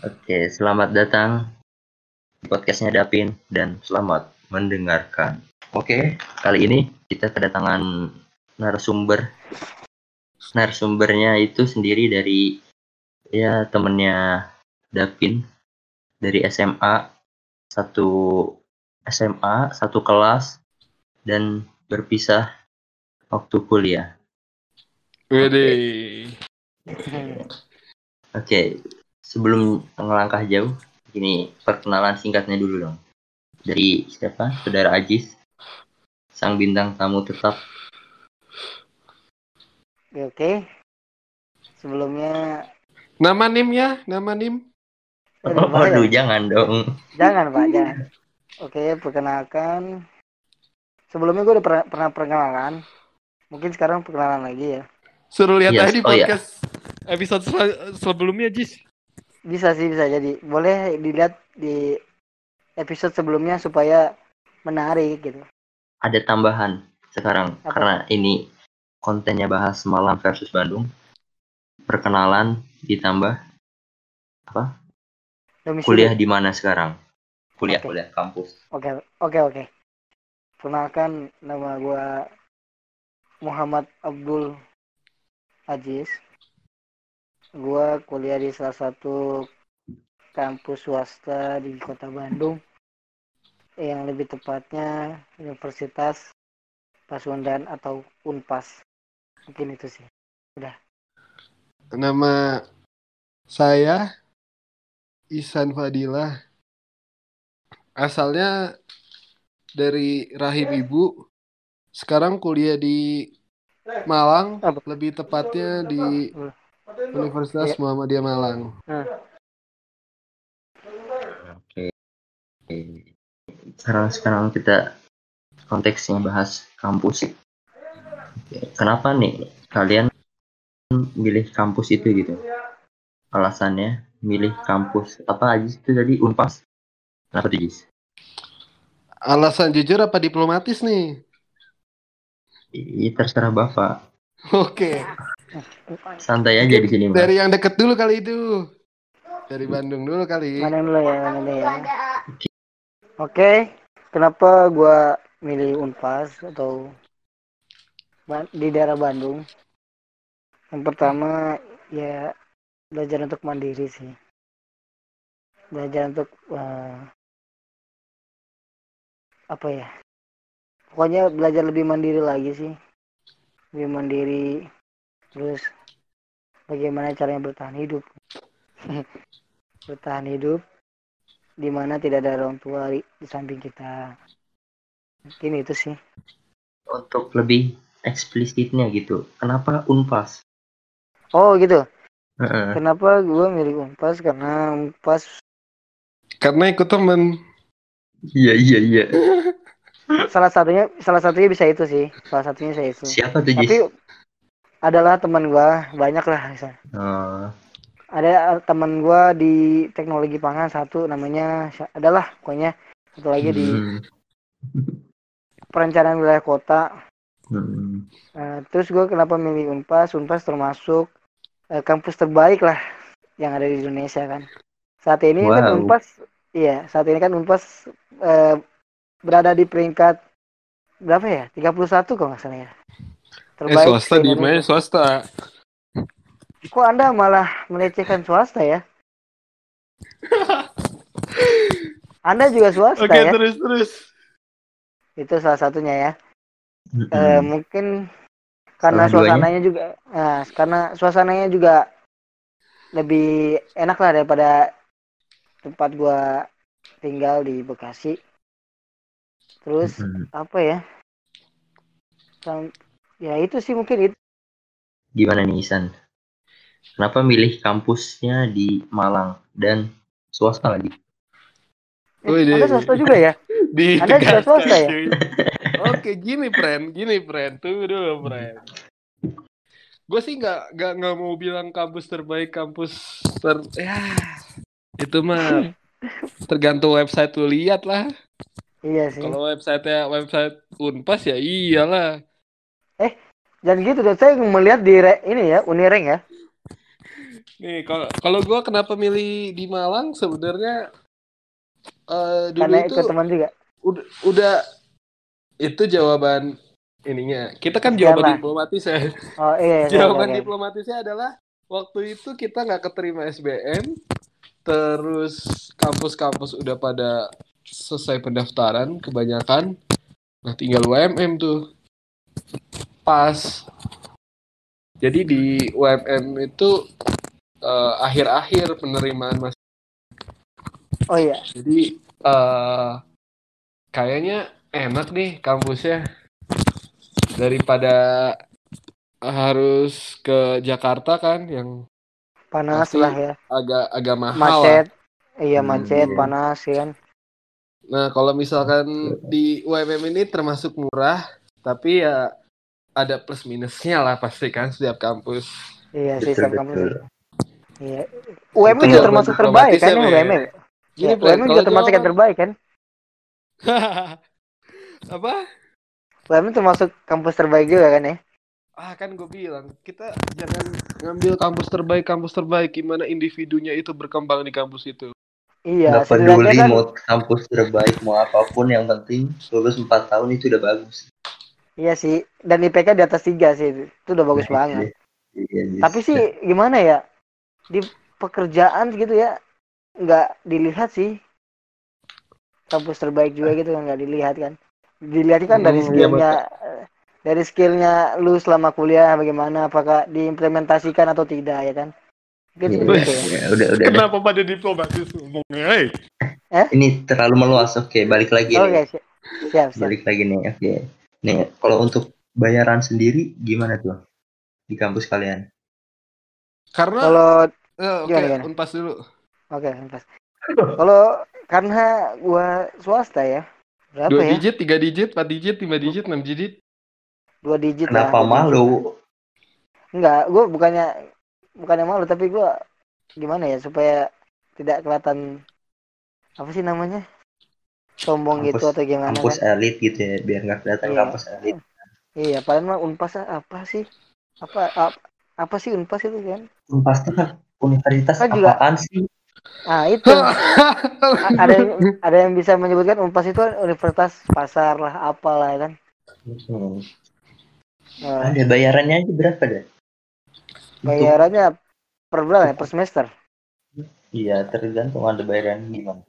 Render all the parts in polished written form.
Oke, selamat datang di podcastnya Dapin dan selamat mendengarkan. Oke, kali ini kita kedatangan narasumber. Narasumbernya itu sendiri dari temennya Dapin dari satu SMA, satu kelas dan berpisah waktu kuliah. Wede. Oke, sebelum melangkah jauh, ini perkenalan singkatnya dulu dong. Dari siapa? Saudara Ajis, sang bintang tamu tetap. Oke. Sebelumnya Nama NIM. Waduh, jangan dong. Jangan Pak, jangan. Oke, perkenalkan. Sebelumnya gue udah pernah perkenalan. Mungkin sekarang perkenalan lagi ya. Suruh lihat Yes, aja di podcast episode sebelumnya, Jis. Bisa jadi. Boleh dilihat di episode sebelumnya supaya menarik gitu. Ada tambahan sekarang. Apa? Karena ini kontennya bahas Malang versus Bandung. Perkenalan ditambah apa? Domisili. Kuliah di mana sekarang? Kuliah kampus. Oke. Perkenalkan, nama gue Muhammad Abdul Aziz. Gue kuliah di salah satu kampus swasta di kota Bandung, yang lebih tepatnya Universitas Pasundan atau Unpas. Mungkin itu sih. Udah. Nama saya Ihsan Fadilah. Asalnya dari rahim ibu. Sekarang kuliah di Malang, lebih tepatnya di Universitas Muhammadiyah Malang. Oke. Sekarang kita konteksnya bahas kampus. Oke. Kenapa nih kalian milih kampus itu gitu? Alasannya milih kampus apa aja itu tadi? Unpas? Kenapa tuh, Jis? Alasan jujur apa diplomatis nih? Terserah Bapak. Oke. Santai aja di sini, Mas. Dari yang deket dulu kali itu. Dari Bandung dulu kali. Mana dulu ya. Oke. Kenapa gua milih Unpas atau di daerah Bandung? Yang pertama ya belajar untuk mandiri sih. Belajar untuk apa ya? Pokoknya belajar lebih mandiri lagi sih. Lebih mandiri. Terus bagaimana caranya bertahan hidup. Bertahan hidup di mana tidak ada orang tua di samping kita. Mungkin itu sih. Untuk lebih eksplisitnya gitu, kenapa Unpas? Oh gitu. Kenapa gue milih Unpas? Karena Unpas. Karena ikut temen. Iya. Salah satunya bisa itu sih. Salah satunya saya itu. Siapa tuh, Jis? Tapi adalah teman gue, banyak lah misalnya. Ada teman gue di teknologi pangan satu, namanya adalah pokoknya satu lagi di perencanaan wilayah kota. Terus gue kenapa milih Unpas? Unpas termasuk kampus terbaik lah yang ada di Indonesia kan. Saat ini kan Unpas berada di peringkat berapa ya? 31 kalau nggak salah ya. Terbaik Swasta di mana swasta? Kok Anda malah melecehkan swasta ya? Anda juga swasta ya? Oke, terus. Itu salah satunya ya. Mungkin karena suasananya juga, karena suasananya juga lebih enak lah daripada tempat gua tinggal di Bekasi. Terus apa ya? Ya itu sih mungkin itu. Gimana nih, Isan? Kenapa milih kampusnya di Malang dan swasta lagi? Anda swasta juga ya? Anda juga swasta ya? Oke, gini, friend. Tunggu dulu, friend. Gue sih nggak mau bilang kampus terbaik, itu mah tergantung website lu lihat lah. Iya sih. Kalau website Unpas ya iyalah. Jangan gitu dong, saya melihat di ini ya, Unireng ya. Nih, kalau gue kenapa milih di Malang sebenarnya dulu Karena itu ikut teman juga. udah itu jawaban ininya. Kita kan Sekian jawaban lah. diplomatis ya. Oh iya, oke, Jawaban oke. diplomatisnya adalah waktu itu kita nggak keterima SBM, terus kampus-kampus udah pada selesai pendaftaran kebanyakan. Nah, tinggal UMM tuh. Pas. Jadi di UMM itu akhir-akhir penerimaan mas. Oh iya. Jadi kayaknya enak nih kampusnya daripada harus ke Jakarta kan yang Panas lah pasti ya. agak mahal lah. Macet. Iya, macet, Iya. panas ya kan. Nah, kalau misalkan di UMM ini termasuk murah, tapi ya ada plus minusnya lah pasti kan setiap kampus. Iya sih, Betul setiap kampus betul. sih. Iya. UMM Itu juga jawaban termasuk terbaik kan diplomatisnya, ya men. UMM. Gini, Ya, Pren, UMM kalau juga termasuk yang jawaban terbaik kan. apa? UMM termasuk kampus terbaik juga kan ya. Kan gue bilang, kita jangan ngambil kampus terbaik, gimana individunya itu berkembang di kampus itu. Iya, Nggak setidaknya peduli kan. mau kampus terbaik mau apapun, yang penting lulus 4 tahun itu udah bagus. Iya sih. Dan IPK di atas 3 sih. Itu udah bagus Nah itu banget. deh. Iya, Tapi sih gimana ya? Di pekerjaan gitu ya. Nggak dilihat sih. Kampus terbaik juga gitu kan. Nggak dilihat kan. Dilihat kan dari Iya, skillnya. Dari skillnya lu selama kuliah bagaimana. Apakah diimplementasikan atau tidak ya kan. Mungkin iya, seperti iya, itu ya. iya. Udah deh. Kenapa pada diplomatis ngomongnya? Hey? Ini terlalu meluas. Oke, balik lagi nih. Oke, siap. Balik lagi nih. Oke. Nih, kalau untuk bayaran sendiri gimana tuh di kampus kalian? Karena Kalau oke, gimana? Unpas dulu. Oke, pas. Kalau karena gua swasta ya, berapa 2 ya? digit, 3 digit, 4 digit, 5 digit, 6 digit. 2 digit lah, Kenapa 2 digit lah. malu? Enggak, gua bukannya malu, tapi gua gimana ya supaya tidak kelihatan apa sih namanya, sombong gitu Kampus atau gimana kampus kan? elit gitu ya, biar nggak kelihatan Iya, kampus elit. iya. Paling mah Unpas apa sih? Apa sih Unpas itu kan? Unpas tuh kan universitas Kan juga, apaan sih? itu ada yang bisa menyebutkan Unpas itu universitas pasar lah, apalah ya kan? Hmm. Nah, Ada bayarannya aja berapa deh? Untuk bayarannya per bulan ya, per semester. iya tergantung ada bayaran gimana.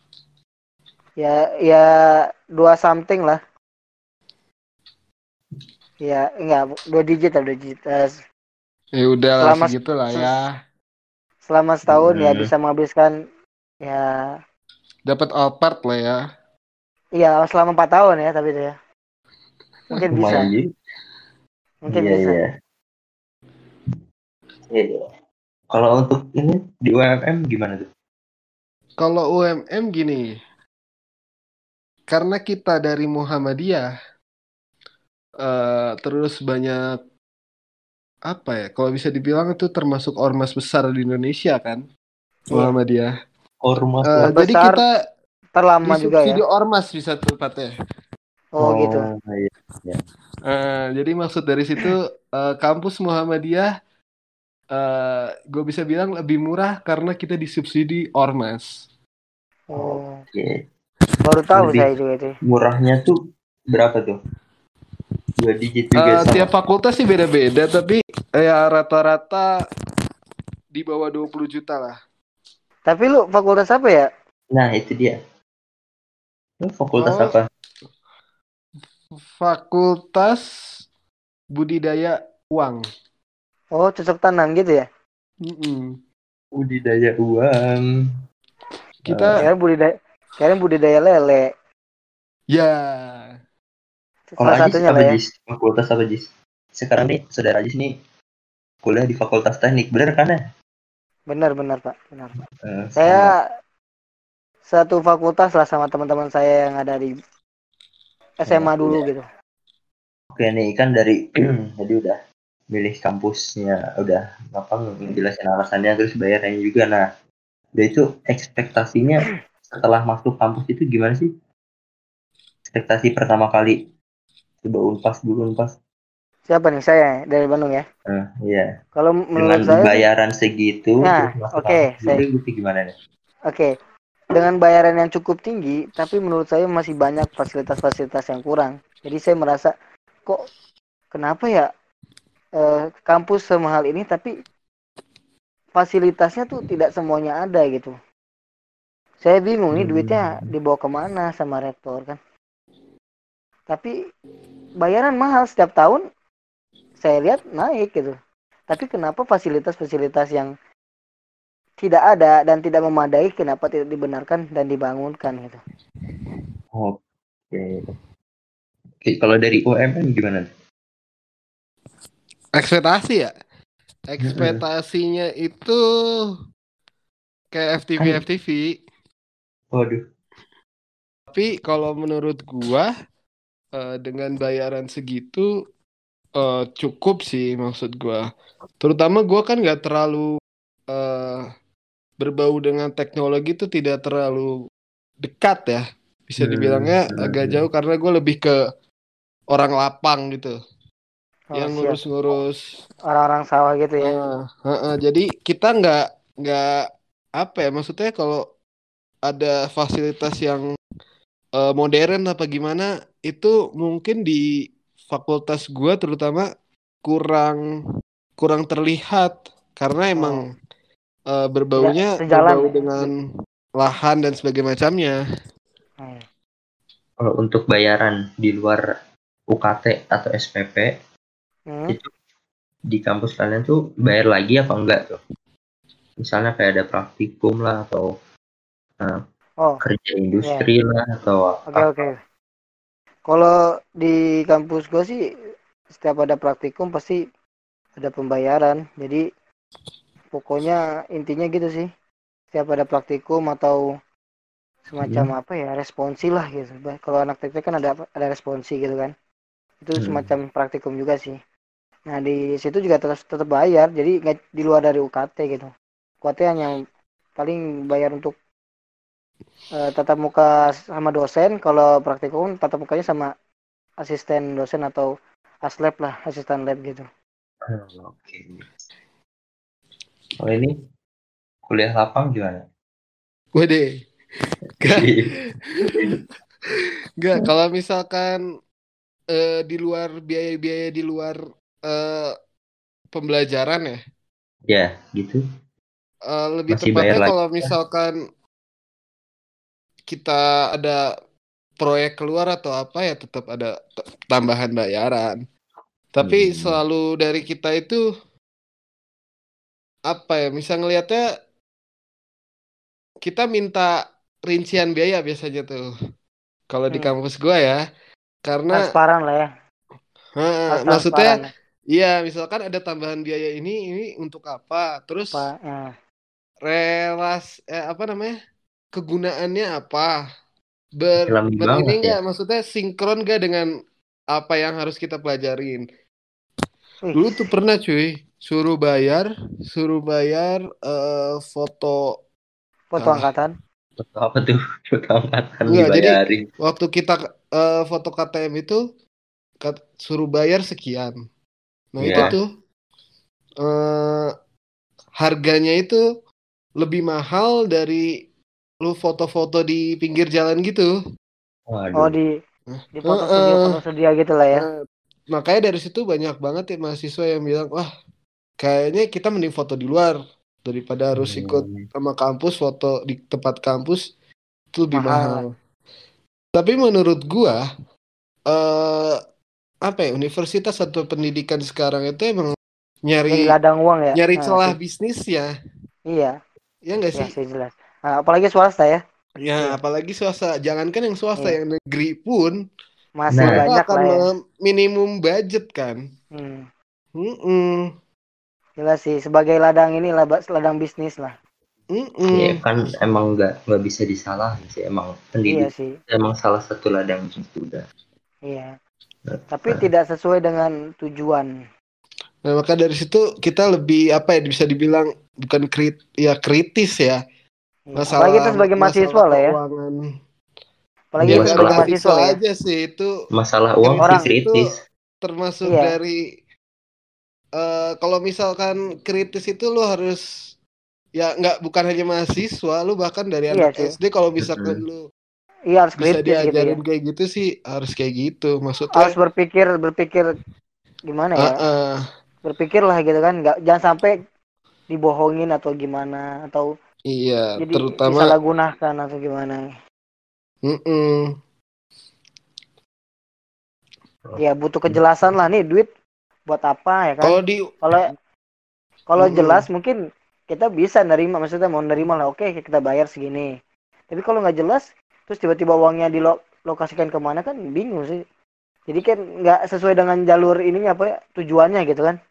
Ya 2 something lah. Ya enggak, 2 digit lah, 2 digit. Ya udah lah Selama segitu lah ya. selama setahun ya bisa menghabiskan ya, Dapat all part lah ya. iya selama 4 tahun ya, tapi itu ya. Mungkin bisa. Lumayan juga. Mungkin Iya bisa. iya. Iya. Kalau untuk ini di UMM gimana tuh? Kalau UMM gini, karena kita dari Muhammadiyah, terus banyak apa ya? Kalau bisa dibilang itu termasuk ormas besar di Indonesia kan, Iya. Muhammadiyah. Ormas Jadi Terbesar, kita terlama juga ya. disubsidi ormas bisa tepatnya. Oh gitu. iya. Iya. Jadi maksud dari situ kampus Muhammadiyah, gue bisa bilang lebih murah karena kita disubsidi ormas. Oh. Oke. Baru tahu Lebih saya juga itu. murahnya tuh berapa tuh? 2 digit juga sama. Tiap fakultas sih beda-beda, tapi ya rata-rata di bawah 20 juta lah. Tapi lu fakultas apa ya? Nah itu dia. Lu fakultas Oh, apa? fakultas budidaya uang. Oh, cocok tanam gitu ya? Mm-mm. Budidaya uang. Kita Kalian budidaya lele. ya Kalau Salah Ajis satunya apa lah ya. Jis? Fakultas apa Jis? Sekarang nih saudara Ajis nih kuliah di Fakultas Teknik, bener kan ya? Benar Pak, benar. Sama. Saya satu fakultas lah sama teman-teman saya yang ada di SMA dulu Ya. gitu. Oke nih kan dari jadi udah milih kampusnya, udah apa ngejelasin alasannya, terus bayarnya juga. Nah, udah itu ekspektasinya setelah masuk kampus itu gimana sih? Ekspektasi pertama kali coba Unpas dulu Unpas. Siapa nih? Saya dari Bandung ya. Iya. Kalau Dengan menurut saya sih, bayaran segitu terus nah, masuk oke, kampus gitu gitu gimana nih? oke. Dengan bayaran yang cukup tinggi, tapi menurut saya masih banyak fasilitas-fasilitas yang kurang. Jadi saya merasa, kok kenapa ya kampus semahal ini, tapi fasilitasnya tuh tidak semuanya ada gitu. Saya bingung nih duitnya dibawa kemana sama rektor kan. Tapi bayaran mahal setiap tahun, saya lihat naik gitu. Tapi kenapa fasilitas-fasilitas yang tidak ada dan tidak memadai, kenapa tidak dibenarkan dan dibangunkan gitu? Oke. Oke, kalau dari UMN gimana? Ekspektasi ya? Ekspektasinya itu kayak FTV Kan, FTV. waduh. Tapi kalau menurut gua dengan bayaran segitu cukup sih maksud gua. Terutama gua kan nggak terlalu berbau dengan teknologi itu tidak terlalu dekat ya. Bisa dibilangnya agak jauh karena gue lebih ke orang lapang gitu. Oh, Yang siap. ngurus-ngurus Orang-orang sawah gitu ya. jadi kita nggak apa ya, maksudnya kalau ada fasilitas yang modern apa gimana itu mungkin di fakultas gua terutama kurang kurang terlihat karena emang Oh, tidak sejalan berbau ya. dengan lahan dan sebagainya macamnya. Kalau untuk bayaran di luar UKT atau SPP itu di kampus kalian tuh bayar lagi apa enggak tuh? Misalnya kayak ada praktikum lah atau kerja industri lah atau Oke. Kalau di kampus gue sih setiap ada praktikum pasti ada pembayaran. Jadi pokoknya intinya gitu sih. Setiap ada praktikum atau semacam apa ya, responsi lah gitu. Kalau anak teknik kan ada responsi gitu kan. Itu semacam praktikum juga sih. Nah di situ juga tetap bayar. Jadi nggak di luar dari UKT gitu. UKT hanya paling bayar untuk tatap muka sama dosen. Kalau praktikum tatap mukanya sama asisten dosen atau aslab lah, asisten lab gitu. Oke. Kalau ini kuliah lapang gimana? Wede. Enggak, kalau misalkan di luar biaya-biaya di luar pembelajaran ya. Ya, gitu. Lebih Masih bayar tepatnya lagi. kalau misalkan kita ada proyek keluar atau apa ya tetap ada tambahan bayaran. Tapi selalu dari kita itu apa ya? Misal ngelihatnya kita minta rincian biaya biasanya tuh. Kalau di kampus gua ya, karena transparan lah ya. Harus transparan maksudnya ya. iya, misalkan ada tambahan biaya ini untuk apa? Terus Apa ya. apa namanya? Kegunaannya apa? Islami Ini banget ya. enggak maksudnya sinkron enggak dengan apa yang harus kita pelajarin. Dulu tuh pernah cuy, suruh bayar foto angkatan. Foto apa tuh? Foto angkatan enggak, jadi dibayarin. waktu kita foto KTM itu suruh bayar sekian. Nah, itu tuh harganya itu lebih mahal dari lu foto-foto di pinggir jalan gitu. Waduh. Oh, di foto studio gitu lah ya. Makanya dari situ banyak banget ya mahasiswa yang bilang, wah kayaknya kita mending foto di luar daripada harus ikut sama kampus foto di tempat kampus itu lebih mahal. Tapi menurut gua apa ya, universitas atau pendidikan sekarang itu emang Jadi ladang uang ya. nyari celah bisnis ya. Iya. Ya nggak Ya sih? sih jelas. Apalagi swasta ya. Ya, apalagi swasta. Jangankan yang swasta, yang negeri pun masih mereka banyak akan lah ya. minimum budget kan. Jelas sih, sebagai ladang ini ladang bisnis lah. Ya kan emang nggak bisa disalahin sih, emang pendidik sih. emang salah satu ladang sudah. Iya. Tapi tidak sesuai dengan tujuan. Nah, maka dari situ kita lebih apa ya, bisa dibilang bukan kritis ya. Masalah apalagi kita sebagai mahasiswa lah ya. Keuangan. Apalagi Ya, kita sebagai mahasiswa ya. Aja sih itu. Masalah uang sih kritis. termasuk dari kalau misalkan kritis itu lu harus ya bukan hanya mahasiswa, lu bahkan dari anak SD kalau misalkan lu harus bisa kritis diajarin gitu ya. kayak gitu sih harus kayak gitu, maksudnya harus berpikir gimana ya, berpikir lah gitu kan, jangan sampai dibohongin atau gimana, atau iya jadi terutama disalahgunakan atau gimana. Ya butuh kejelasan lah, nih duit buat apa ya kan. Kalau jelas mungkin kita bisa nerima, maksudnya mau nerima lah, oke kita bayar segini. Tapi kalau nggak jelas terus tiba-tiba uangnya dilokasikan kemana kan bingung sih. Jadi kan nggak sesuai dengan jalur ininya apa ya, tujuannya gitu kan.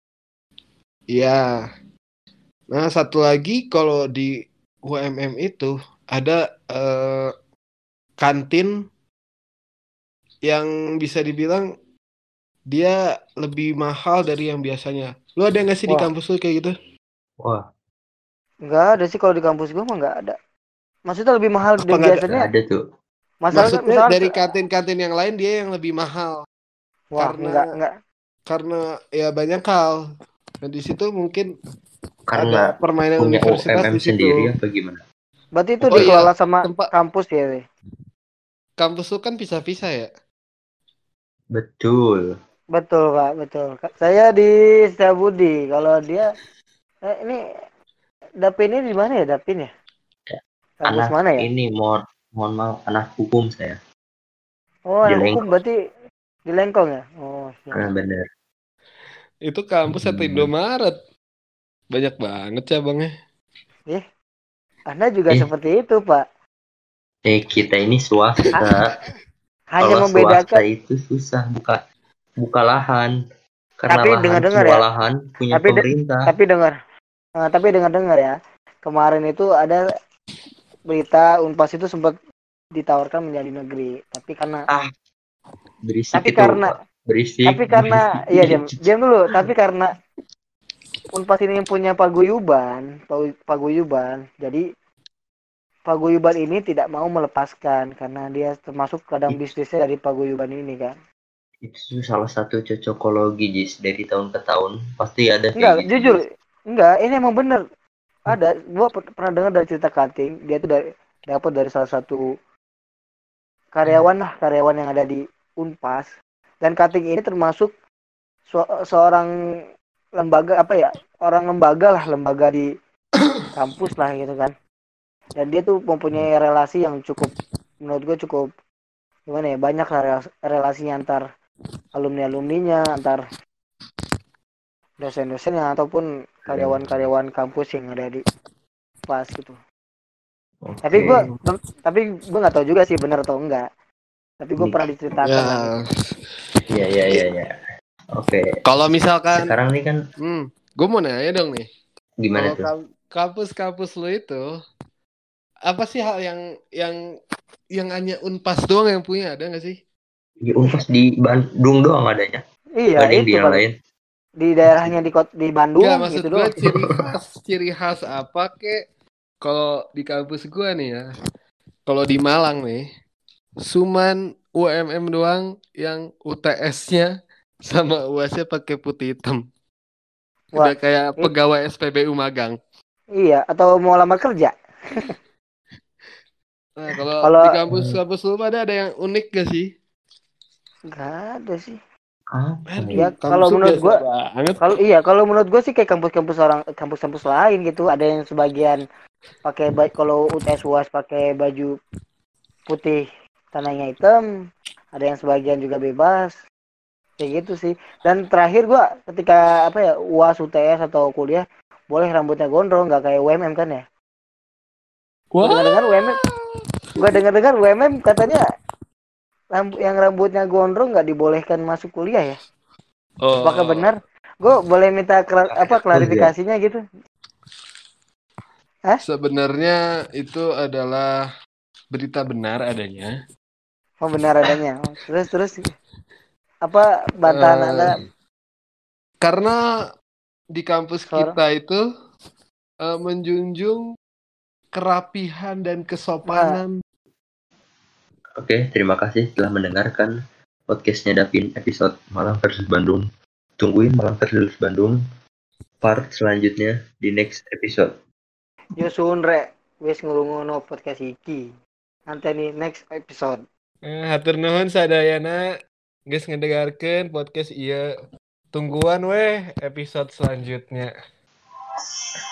Iya. Nah satu lagi kalau di UMM itu ada kantin yang bisa dibilang dia lebih mahal dari yang biasanya. Lu ada nggak sih di kampus lu kayak gitu? Wah. Nggak ada sih kalau di kampus gua mah nggak ada. Maksudnya lebih mahal dari biasanya. Ada tuh. Maksudnya dari kantin-kantin yang lain dia yang lebih mahal. Wah, enggak. Karena ya banyak hal. Nah di situ mungkin karena ada permainan punya universitas UMM di situ sendiri apa gimana? Berarti itu dikelola sama kampus ya? Kampus lu kan pisah-pisah ya? Betul Pak, betul. Saya di Setiabudi. Kalau dia ini Dapin ini di mana ya, Dapin ya? Kampus mana ya? Ini mohon maaf, anak hukum saya. Oh, anak hukum berarti di Lengkong ya? Oh, siap. Bener. Itu kampus atau Indomaret? Banyak banget cabangnya. Anda juga seperti itu, Pak. Kita ini swasta. Hanya kalau membedakan swasta itu susah buka lahan. Karena tapi dengar ya, lahan punya pemerintah. Tapi dengar ya. Kemarin itu ada berita Unpas itu sempat ditawarkan menjadi negeri, tapi karena berisik tapi itu, karena iya diam dulu, tapi karena Unpas ini punya paguyuban, jadi paguyuban ini tidak mau melepaskan karena dia termasuk kadang bisnisnya dari paguyuban ini kan. Itu salah satu cocokologi Jis, dari tahun ke tahun pasti ada enggak kayak gitu, jujur Jis. Enggak, ini emang bener ada. Gua pernah dengar dari cerita Kating, dia tuh dapat dari salah satu karyawan yang ada di Unpas, dan Kating ini termasuk seorang lembaga lembaga di kampus lah gitu kan. Dan dia tuh mempunyai relasi yang menurut gue cukup gimana ya, banyak relasinya antar alumninya, antar dosen-dosennya ataupun karyawan kampus yang ada di pas gitu. Tapi gue nggak tahu juga sih benar atau enggak. Tapi gue pernah diceritakan lah gitu. Iya. Oke. Kalau misalkan sekarang nih kan, gue mau nanya dong nih. Gimana tuh? Kampus lo itu apa sih hal yang hanya Unpas doang yang punya, ada nggak sih? Di Unpas di Bandung doang adanya. Iya itu di lain. Di daerahnya di Bandung. Nggak, maksud gitu gue doang. ciri khas apa kek? Kalau di kampus gue nih ya, kalau di Malang nih, cuman UMM doang yang UTS-nya sama UAS-nya pakai putih hitam. Udah kayak pegawai SPBU magang. Iya, atau mau lamar kerja. Nah, kalau di kampus lu ada yang unik gak sih? Gak ada sih. Ya kalau menurut gue, kalau menurut gue sih kayak kampus-kampus lain gitu. Ada yang sebagian pakai kalau UTS UAS pakai baju putih tanahnya hitam, ada yang sebagian juga bebas kayak gitu sih. Dan terakhir gue ketika UAS UTS atau kuliah boleh rambutnya gondrong, nggak kayak UMM kan ya. Gue dengar UMM katanya yang rambutnya gondrong nggak dibolehkan masuk kuliah ya. Apakah benar? Gue boleh minta klarifikasinya gitu. Sebenarnya itu adalah berita benar adanya. Oh, benar adanya. Terus apa bantahan Anda? Karena di kampus kita itu menjunjung kerapihan dan kesopanan. Oke, terima kasih telah mendengarkan podcastnya Davin episode Malang versus Bandung. Tungguin Malang versus Bandung part selanjutnya di next episode. Yo sunre wis ngurungono podcast iki. Nanti nih next episode. Hatur nuhun sadayana geus ngedengarkeun podcast ieu. Tungguan weh episode selanjutnya.